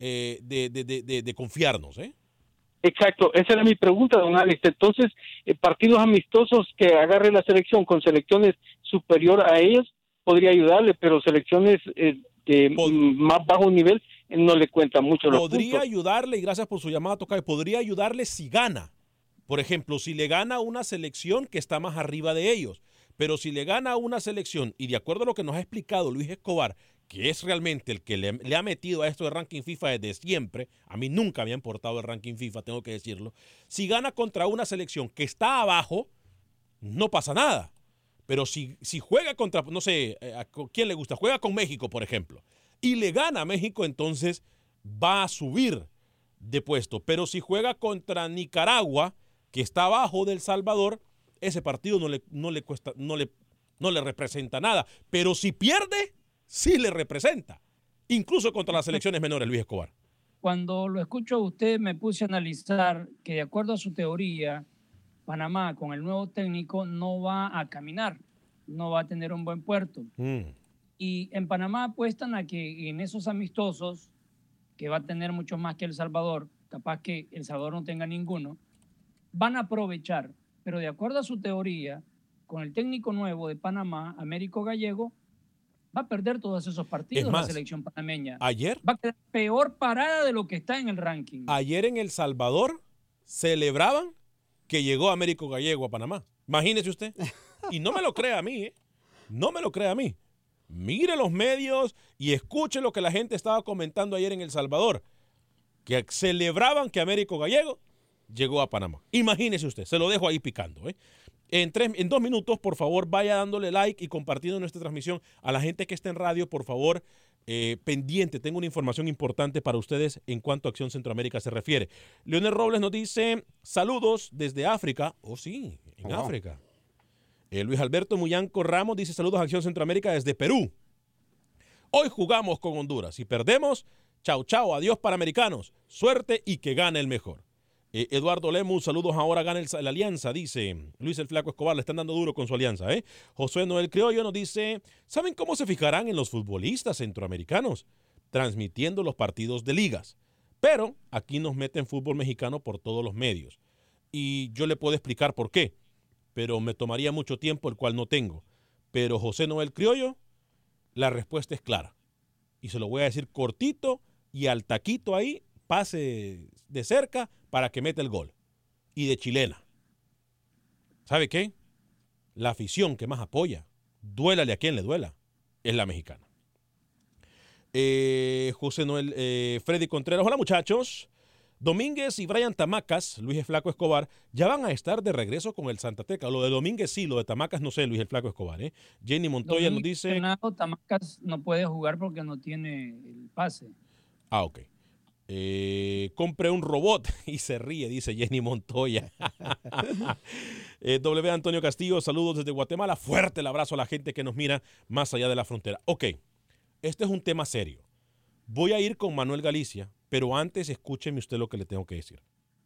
de confiarnos, ¿eh? Exacto, esa era mi pregunta, don Alex. Entonces, partidos amistosos que agarre la selección con selecciones superior a ellos podría ayudarle, pero selecciones de más bajo nivel no le cuenta mucho los puntos. Podría ayudarle, y gracias por su llamada, tocayo, podría ayudarle si gana. Por ejemplo, si le gana una selección que está más arriba de ellos. Pero si le gana una selección, y de acuerdo a lo que nos ha explicado Luis Escobar, que es realmente el que le ha metido a esto de ranking FIFA desde siempre, a mí nunca me ha importado el ranking FIFA, tengo que decirlo, si gana contra una selección que está abajo, no pasa nada. Pero si juega contra, no sé, ¿a quién le gusta? Juega con México, por ejemplo, y le gana a México, entonces va a subir de puesto. Pero si juega contra Nicaragua, que está abajo del Salvador, ese partido no le representa nada. Pero si pierde, sí le representa, incluso contra las selecciones menores, Luis Escobar. Cuando lo escucho a usted, me puse a analizar que, de acuerdo a su teoría, Panamá con el nuevo técnico no va a caminar. no va a tener un buen puerto. Y en Panamá apuestan a que en esos amistosos, que va a tener mucho más que El Salvador, capaz que El Salvador no tenga ninguno, van a aprovechar. Pero de acuerdo a su teoría, con el técnico nuevo de Panamá, Américo Gallego, va a perder todos esos partidos la selección panameña. Ayer va a quedar peor parada de lo que está en el ranking. Ayer en El Salvador celebraban que llegó Américo Gallego a Panamá. Imagínese usted. Y no me lo crea a mí, ¿eh? No me lo crea a mí. Mire los medios y escuche lo que la gente estaba comentando ayer en El Salvador. Que celebraban que Américo Gallego llegó a Panamá. Imagínese usted, se lo dejo ahí picando, ¿eh? En 2 minutos, por favor, vaya dándole like y compartiendo nuestra transmisión. A la gente que está en radio, por favor, pendiente. Tengo una información importante para ustedes en cuanto a Acción Centroamérica se refiere. Leonel Robles nos dice, saludos desde África. Oh, sí, en África. Luis Alberto Muyanco Ramos dice, saludos a Acción Centroamérica desde Perú. Hoy jugamos con Honduras. Si perdemos, chao, chao, adiós Panamericanos. Suerte y que gane el mejor. Eduardo Lemus, saludos, ahora gana la Alianza, dice Luis el Flaco Escobar, le están dando duro con su Alianza. Josué Noel Criollo nos dice, ¿saben cómo se fijarán en los futbolistas centroamericanos? Transmitiendo los partidos de ligas. Pero aquí nos meten fútbol mexicano por todos los medios. Y yo le puedo explicar por qué, pero me tomaría mucho tiempo, el cual no tengo. Pero José Noel Criollo, la respuesta es clara. Y se lo voy a decir cortito y al taquito ahí, pase de cerca para que meta el gol. Y de chilena. ¿Sabe qué? La afición que más apoya, duélale a quien le duela, es la mexicana. José Noel, Freddy Contreras, hola muchachos. Domínguez y Brian Tamacas, Luis el Flaco Escobar, ya van a estar de regreso con el Santa Tecla. Lo de Domínguez sí, lo de Tamacas no sé, Luis el Flaco Escobar. Jenny Montoya nos dice... Fernando Tamacas no puede jugar porque no tiene el pase. Ah, ok. Compré un robot y se ríe, dice Jenny Montoya. W. Antonio Castillo, saludos desde Guatemala. Fuerte el abrazo a la gente que nos mira más allá de la frontera. Ok, este es un tema serio. Voy a ir con Manuel Galicia, pero antes escúcheme usted lo que le tengo que decir.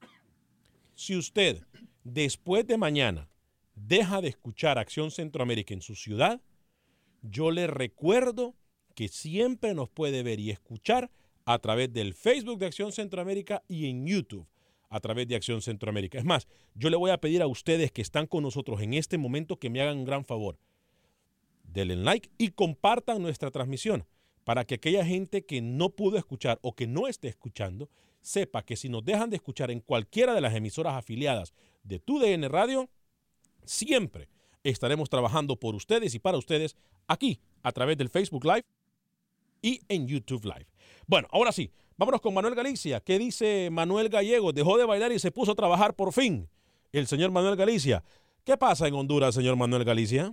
Si usted después de mañana deja de escuchar Acción Centroamérica en su ciudad, yo le recuerdo que siempre nos puede ver y escuchar a través del Facebook de Acción Centroamérica y en YouTube a través de Acción Centroamérica. Es más, yo le voy a pedir a ustedes que están con nosotros en este momento que me hagan un gran favor. Denle like y compartan nuestra transmisión para que aquella gente que no pudo escuchar o que no esté escuchando sepa que si nos dejan de escuchar en cualquiera de las emisoras afiliadas de TUDN Radio, siempre estaremos trabajando por ustedes y para ustedes aquí a través del Facebook Live y en YouTube Live. Bueno, ahora sí, vámonos con Manuel Galicia. ¿Qué dice Manuel Gallego? Dejó de bailar y se puso a trabajar por fin. El señor Manuel Galicia. ¿Qué pasa en Honduras, señor Manuel Galicia?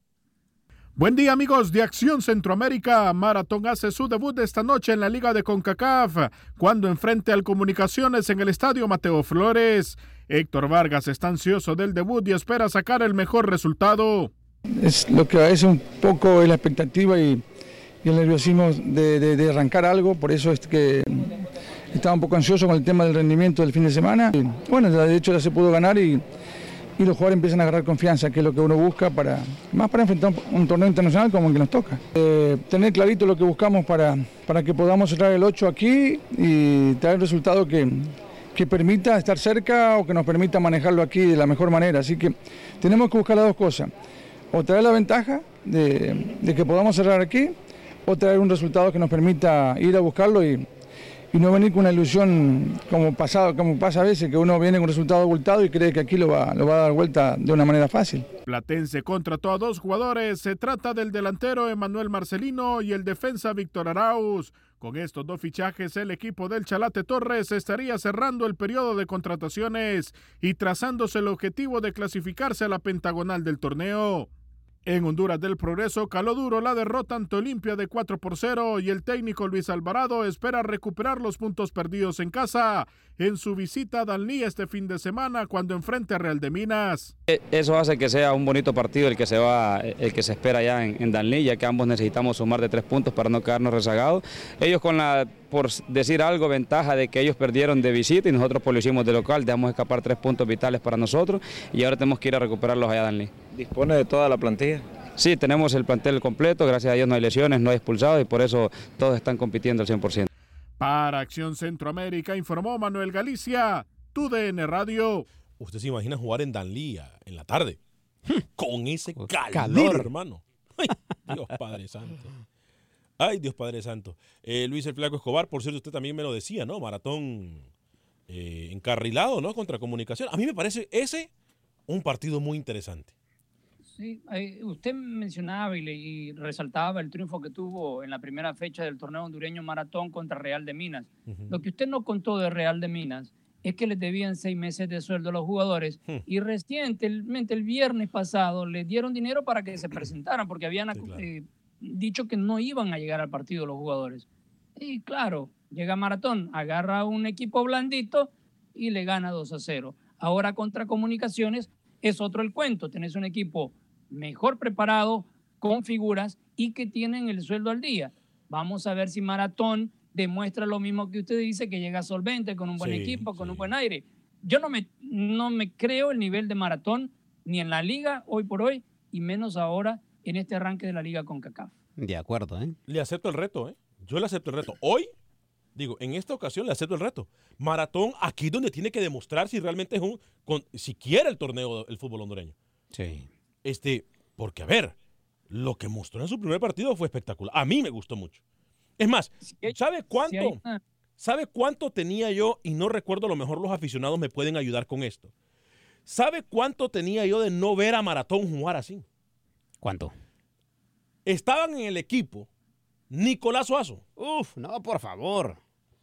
Buen día, amigos de Acción Centroamérica. Maratón hace su debut esta noche en la Liga de CONCACAF, cuando enfrente al Comunicaciones en el Estadio Mateo Flores. Héctor Vargas está ansioso del debut y espera sacar el mejor resultado. Es lo que es un poco la expectativa y el nerviosismo de arrancar algo, por eso es que estaba un poco ansioso con el tema del rendimiento del fin de semana. Y, bueno, de hecho ya se pudo ganar y los jugadores empiezan a agarrar confianza, que es lo que uno busca para enfrentar un torneo internacional como el que nos toca. Tener clarito lo que buscamos para que podamos cerrar el 8 aquí y traer el resultado que permita estar cerca o que nos permita manejarlo aquí de la mejor manera. Así que tenemos que buscar las dos cosas, o traer la ventaja de que podamos cerrar aquí, o traer un resultado que nos permita ir a buscarlo y no venir con una ilusión como pasa a veces, que uno viene con un resultado abultado y cree que aquí lo va a dar vuelta de una manera fácil. Platense contrató a 2 jugadores. Se trata del delantero Emanuel Marcelino y el defensa Víctor Arauz. Con estos 2 fichajes, el equipo del Chalate Torres estaría cerrando el periodo de contrataciones y trazándose el objetivo de clasificarse a la pentagonal del torneo. En Honduras del Progreso caló duro la derrota ante Olimpia de 4-0 y el técnico Luis Alvarado espera recuperar los puntos perdidos en casa en su visita a Danlí este fin de semana cuando enfrente a Real de Minas. Eso hace que sea un bonito partido el que se espera ya en Danlí, ya que ambos necesitamos sumar de 3 puntos para no quedarnos rezagados. Ellos con la, por decir algo, ventaja de que ellos perdieron de visita y nosotros pues lo hicimos de local, dejamos escapar 3 puntos vitales para nosotros y ahora tenemos que ir a recuperarlos allá a Danlí. ¿Dispone de toda la plantilla? Sí, tenemos el plantel completo, gracias a Dios no hay lesiones, no hay expulsados y por eso todos están compitiendo al 100%. Para Acción Centroamérica informó Manuel Galicia, TUDN Radio. Usted se imagina jugar en Danlí en la tarde, con ese calor, hermano. Ay, Dios Padre Santo. Ay, Dios Padre Santo. Luis el Flaco Escobar, por cierto, usted también me lo decía, ¿no? Maratón encarrilado, ¿no? Contra Comunicación. A mí me parece ese un partido muy interesante. Sí, usted mencionaba y resaltaba el triunfo que tuvo en la primera fecha del torneo hondureño Maratón contra Real de Minas. Lo que usted no contó de Real de Minas es que les debían 6 meses de sueldo a los jugadores y recientemente, el viernes pasado, les dieron dinero para que se presentaran porque habían dicho que no iban a llegar al partido los jugadores. Y claro, llega Maratón, agarra un equipo blandito y le gana 2-0. Ahora contra Comunicaciones es otro el cuento. Tenés un equipo mejor preparado, con figuras y que tienen el sueldo al día. Vamos a ver si Maratón demuestra lo mismo que usted dice, que llega solvente, con un buen equipo, con un buen aire. Yo no me creo el nivel de Maratón ni en la liga hoy por hoy y menos ahora en este arranque de la liga CONCACAF. De acuerdo, ¿eh? Le acepto el reto, ¿eh? Yo le acepto el reto. Hoy, en esta ocasión le acepto el reto. Maratón, aquí es donde tiene que demostrar si realmente es si quiere el torneo del fútbol hondureño. Sí. Porque, a ver, lo que mostró en su primer partido fue espectacular. A mí me gustó mucho. Es más, ¿sabe cuánto tenía yo? Y no recuerdo, a lo mejor los aficionados me pueden ayudar con esto. ¿Sabe cuánto tenía yo de no ver a Maratón jugar así? ¿Cuánto? Estaban en el equipo Nicolás Suazo. Uf, no, por favor.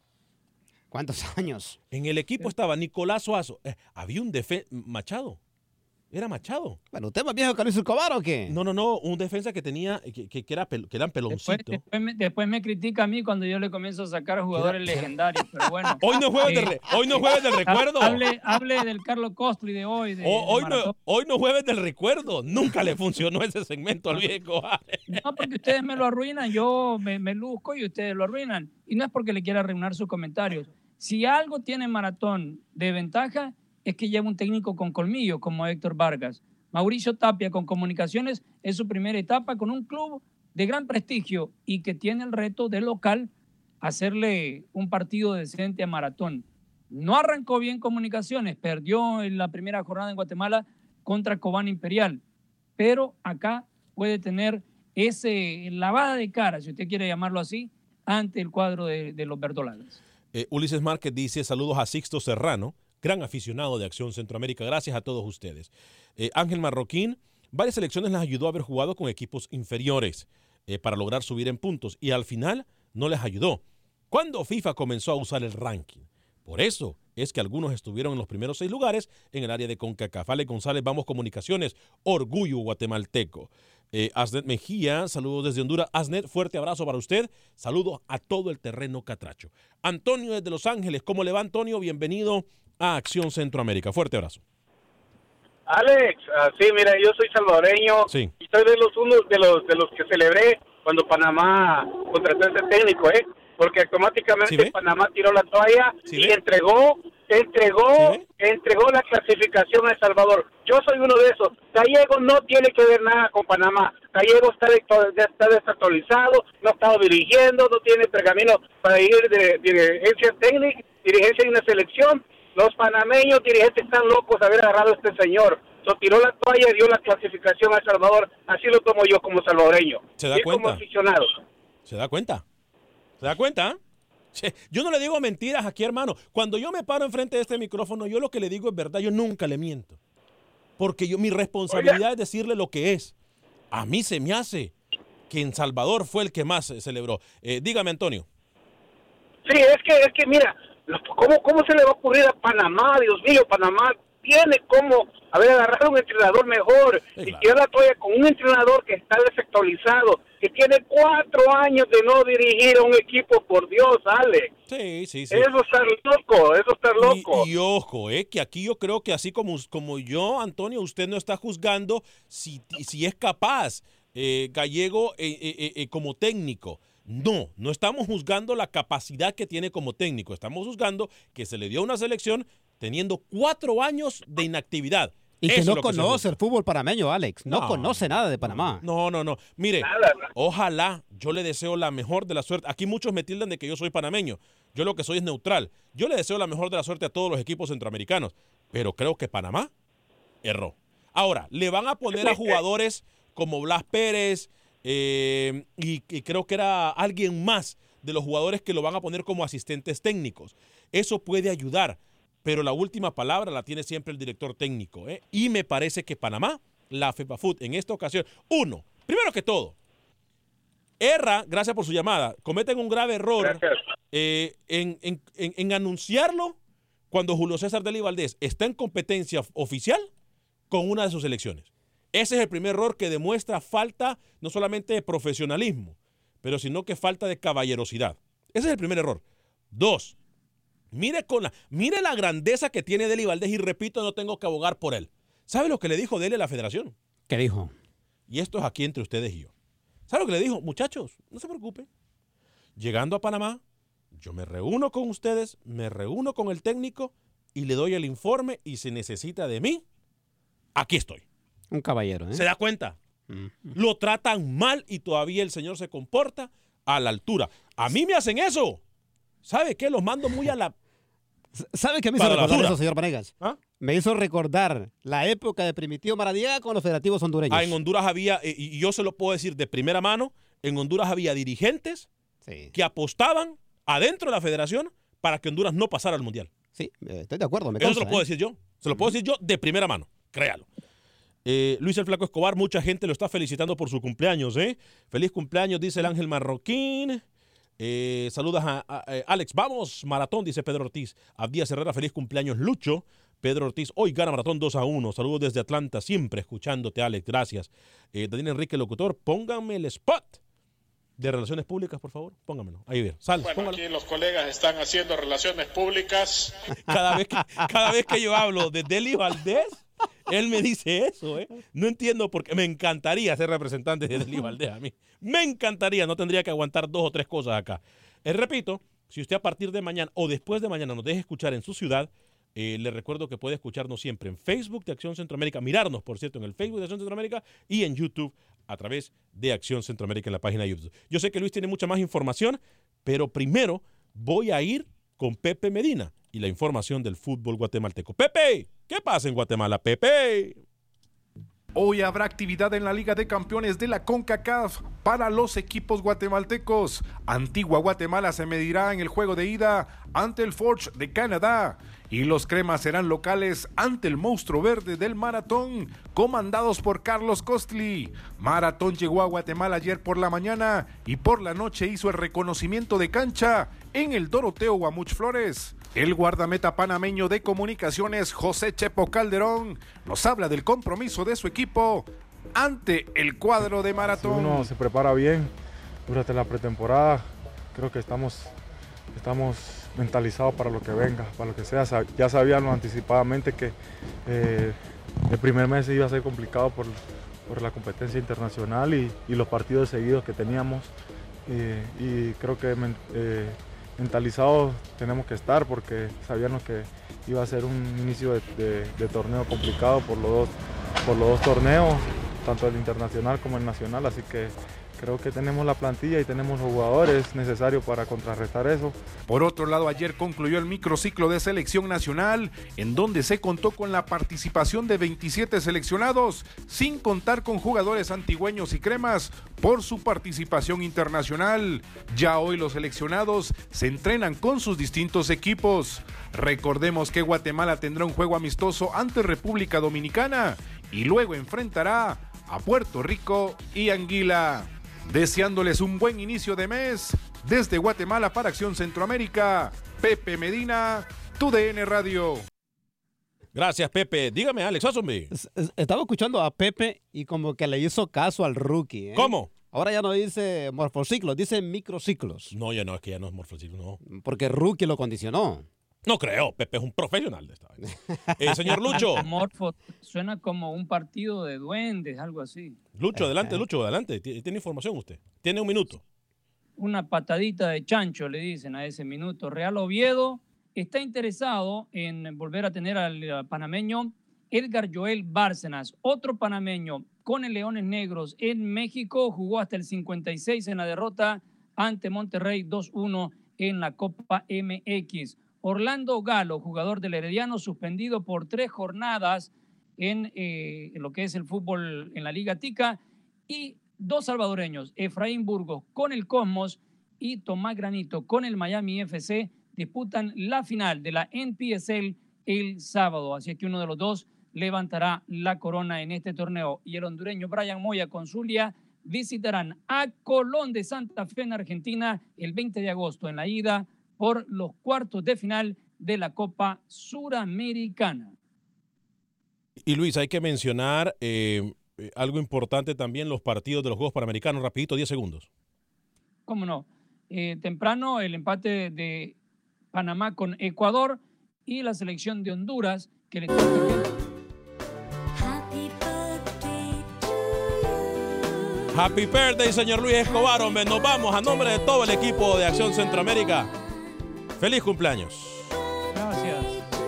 ¿Cuántos años? En el equipo estaba Nicolás Suazo. Había un Machado. Era Machado. Bueno, ¿usted es más viejo que Luis Escobar o qué? No, un defensa que tenía, que eran peloncitos. Después me critica a mí cuando yo le comienzo a sacar jugadores legendarios, pero bueno. Hoy no jueves del recuerdo. Hable del Carlos Costri de hoy. Hoy no jueves del recuerdo. Nunca le funcionó ese segmento al viejo. No, porque ustedes me lo arruinan. Yo me luzco y ustedes lo arruinan. Y no es porque le quiera arruinar sus comentarios. Si algo tiene Maratón de ventaja, es que lleva un técnico con colmillo como Héctor Vargas. Mauricio Tapia con Comunicaciones es su primera etapa con un club de gran prestigio y que tiene el reto de local hacerle un partido decente a Maratón. No arrancó bien Comunicaciones, perdió en la primera jornada en Guatemala contra Cobán Imperial, pero acá puede tener ese lavada de cara, si usted quiere llamarlo así, ante el cuadro de los verdolagas. Ulises Márquez dice, saludos a Sixto Serrano, gran aficionado de Acción Centroamérica. Gracias a todos ustedes. Ángel Marroquín, varias selecciones les ayudó a haber jugado con equipos inferiores para lograr subir en puntos y al final no les ayudó. Cuando FIFA comenzó a usar el ranking. Por eso es que algunos estuvieron en los primeros 6 lugares en el área de CONCACAF. Ale González, Vamos Comunicaciones, orgullo guatemalteco. Asnet Mejía, saludos desde Honduras. Asnet, fuerte abrazo para usted. Saludos a todo el terreno catracho. Antonio desde Los Ángeles, ¿cómo le va, Antonio? Bienvenido a Acción Centroamérica. Fuerte abrazo. Alex, sí, mira, yo soy salvadoreño y soy uno de los que celebré cuando Panamá contrató a ese técnico, porque automáticamente Panamá tiró la toalla y entregó la clasificación a El Salvador. Yo soy uno de esos. Gallego no tiene que ver nada con Panamá. Gallego ya está desactualizado, no ha estado dirigiendo, no tiene pergamino para ir de dirigencia técnica, dirigencia de una selección. Los panameños dirigentes están locos de haber agarrado a este señor. Tiró la toalla y dio la clasificación a El Salvador. Así lo tomo yo como salvadoreño. ¿Se da cuenta? Como aficionado. ¿Se da cuenta? ¿Se da cuenta? Yo no le digo mentiras aquí, hermano. Cuando yo me paro enfrente de este micrófono, yo lo que le digo es verdad. Yo nunca le miento. Porque mi responsabilidad es decirle lo que es. A mí se me hace que en Salvador fue el que más celebró. Dígame, Antonio. Sí, es que mira, ¿cómo se le va a ocurrir a Panamá? Dios mío, Panamá tiene como haber agarrado a un entrenador mejor y tirar la toalla con un entrenador que está desactualizado, que tiene 4 años de no dirigir a un equipo, por Dios, Alex. Sí. Eso está loco. Y ojo, que aquí yo creo que así como yo, Antonio, usted no está juzgando si es capaz Gallego como técnico. No estamos juzgando la capacidad que tiene como técnico. Estamos juzgando que se le dio una selección teniendo 4 años de inactividad. Y que no conoce el fútbol panameño, Alex. No conoce nada de Panamá. No. Mire, ojalá, yo le deseo la mejor de la suerte. Aquí muchos me tildan de que yo soy panameño. Yo lo que soy es neutral. Yo le deseo la mejor de la suerte a todos los equipos centroamericanos. Pero creo que Panamá erró. Ahora, le van a poner a jugadores como Blas Pérez y creo que era alguien más de los jugadores que lo van a poner como asistentes técnicos. Eso puede ayudar. Pero la última palabra la tiene siempre el director técnico. Y me parece que Panamá, la FEPAFUT, en esta ocasión, primero que todo, erra, gracias por su llamada, cometen un grave error en anunciarlo cuando Julio César Dely Valdés está en competencia oficial con una de sus selecciones. Ese es el primer error que demuestra falta no solamente de profesionalismo, pero sino que falta de caballerosidad. Ese es el primer error. 2, mire la grandeza que tiene Dely Valdés y repito, no tengo que abogar por él. ¿Sabe lo que le dijo Dely a la federación? ¿Qué dijo? Y esto es aquí entre ustedes y yo. ¿Sabe lo que le dijo? Muchachos, no se preocupen. Llegando a Panamá, yo me reúno con ustedes, me reúno con el técnico y le doy el informe y si necesita de mí, aquí estoy. Un caballero, ¿eh? ¿Se da cuenta? Lo tratan mal y todavía el señor se comporta a la altura. A mí me hacen eso. ¿Sabe qué? Los mando muy a la... ¿Sabe qué me hizo recordar eso, señor Vanegas? Me hizo recordar la época de Primitivo Maradiaga con los federativos hondureños. En Honduras había, y yo se lo puedo decir de primera mano, en Honduras había dirigentes que apostaban adentro de la federación para que Honduras no pasara al Mundial. Sí, estoy de acuerdo. Eso se lo puedo decir yo. Se lo puedo decir yo de primera mano. Créalo. Luis el Flaco Escobar, mucha gente lo está felicitando por su cumpleaños. Feliz cumpleaños, dice el Ángel Marroquín. Saludas a Alex, vamos, maratón, dice Pedro Ortiz. Abdías Herrera, feliz cumpleaños, Lucho. Pedro Ortiz, hoy gana maratón 2-1. Saludos desde Atlanta, siempre escuchándote, Alex, gracias. Daniel Enrique, locutor, pónganme el spot de relaciones públicas, por favor. Póngamelo. Ahí bien. Bueno, aquí los colegas están haciendo relaciones públicas. Cada vez que yo hablo de Dely Valdés, él me dice eso, No entiendo por qué. Me encantaría ser representante de Dely Valdés a mí. Me encantaría. No tendría que aguantar 2 o 3 cosas acá. Repito, si usted a partir de mañana o después de mañana nos deja escuchar en su ciudad, le recuerdo que puede escucharnos siempre en Facebook de Acción Centroamérica, mirarnos, por cierto, en el Facebook de Acción Centroamérica y en YouTube a través de Acción Centroamérica en la página de YouTube. Yo sé que Luis tiene mucha más información, pero primero voy a ir con Pepe Medina y la información del fútbol guatemalteco. Pepe, ¿qué pasa en Guatemala, Pepe? Hoy habrá actividad en la Liga de Campeones de la CONCACAF para los equipos guatemaltecos. Antigua Guatemala se medirá en el juego de ida ante el Forge de Canadá y los cremas serán locales ante el monstruo verde del Maratón, comandados por Carlos Costly. Maratón llegó a Guatemala ayer por la mañana y por la noche hizo el reconocimiento de cancha en el Doroteo Guamuch Flores. El guardameta panameño de comunicaciones José Chepo Calderón nos habla del compromiso de su equipo ante el cuadro de Maratón. Si uno se prepara bien durante la pretemporada, creo que estamos mentalizados para lo que venga, para lo que sea. Ya sabíamos anticipadamente que el primer mes iba a ser complicado por la competencia internacional y los partidos seguidos que teníamos y creo que mentalizados tenemos que estar porque sabíamos que iba a ser un inicio de torneo complicado por los dos torneos, tanto el internacional como el nacional, así que creo que tenemos la plantilla y tenemos los jugadores necesarios para contrarrestar eso. Por otro lado, ayer concluyó el microciclo de selección nacional, en donde se contó con la participación de 27 seleccionados, sin contar con jugadores antigüeños y cremas por su participación internacional. Ya hoy los seleccionados se entrenan con sus distintos equipos. Recordemos que Guatemala tendrá un juego amistoso ante República Dominicana y luego enfrentará a Puerto Rico y Anguila. Deseándoles un buen inicio de mes, desde Guatemala para Acción Centroamérica, Pepe Medina, TUDN Radio. Gracias, Pepe. Dígame, Alex, asume. Estaba escuchando a Pepe y como que le hizo caso al rookie. ¿Cómo? Ahora ya no dice morfociclos, dice microciclos. No, ya no, es que ya no es morfociclo, no. Porque rookie lo condicionó. No creo, Pepe es un profesional de esta vez. Señor Lucho. Morfo suena como un partido de duendes, algo así. Lucho, adelante. Tiene información usted. Tiene un minuto. Una patadita de chancho, le dicen a ese minuto. Real Oviedo está interesado en volver a tener al panameño Edgar Joel Bárcenas, otro panameño con el Leones Negros en México, jugó hasta el 56 en la derrota ante Monterrey 2-1 en la Copa MX. Orlando Galo, jugador del Herediano, suspendido por 3 jornadas en lo que es el fútbol en la Liga Tica, y 2 salvadoreños, Efraín Burgos con el Cosmos y Tomás Granito con el Miami FC, disputan la final de la NPSL el sábado, así que uno de los dos levantará la corona en este torneo. Y el hondureño Brian Moya con Zulia visitarán a Colón de Santa Fe en Argentina el 20 de agosto en la ida por los cuartos de final de la Copa Suramericana. Y Luis, hay que mencionar algo importante también, los partidos de los Juegos Panamericanos, rapidito, 10 segundos. ¿Cómo no? Temprano el empate de Panamá con Ecuador y la selección de Honduras que le toca. Happy birthday, señor Luis Escobar, hombre. Nos vamos a nombre de todo el equipo de Acción Centroamérica. ¡Feliz cumpleaños! Gracias.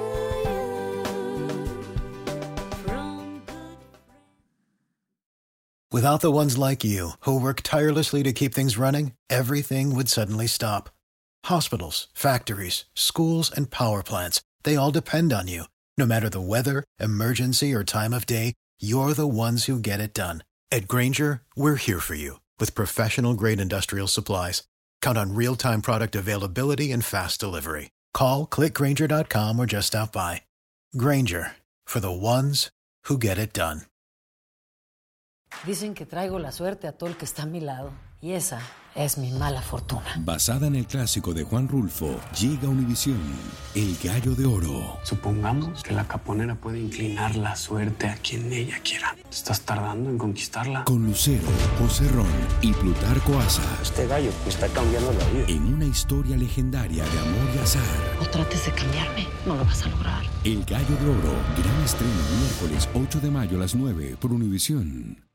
Without the ones like you, who work tirelessly to keep things running, everything would suddenly stop. Hospitals, factories, schools, and power plants, they all depend on you. No matter the weather, emergency, or time of day, you're the ones who get it done. At Grainger, we're here for you with professional-grade industrial supplies. Count on real-time product availability and fast delivery. Call, clickgrainger.com, or just stop by. Grainger, for the ones who get it done. Dicen que traigo la suerte a todo el que está a mi lado. Y esa es mi mala fortuna. Basada en el clásico de Juan Rulfo, llega Univisión, El Gallo de Oro. Supongamos que la caponera puede inclinar la suerte a quien ella quiera. ¿Estás tardando en conquistarla? Con Lucero, José Ron y Plutarco Asa. Este gallo me está cambiando la vida. En una historia legendaria de amor y azar. No trates de cambiarme, no lo vas a lograr. El Gallo de Oro, gran estreno miércoles 8 de mayo a las 9 por Univisión.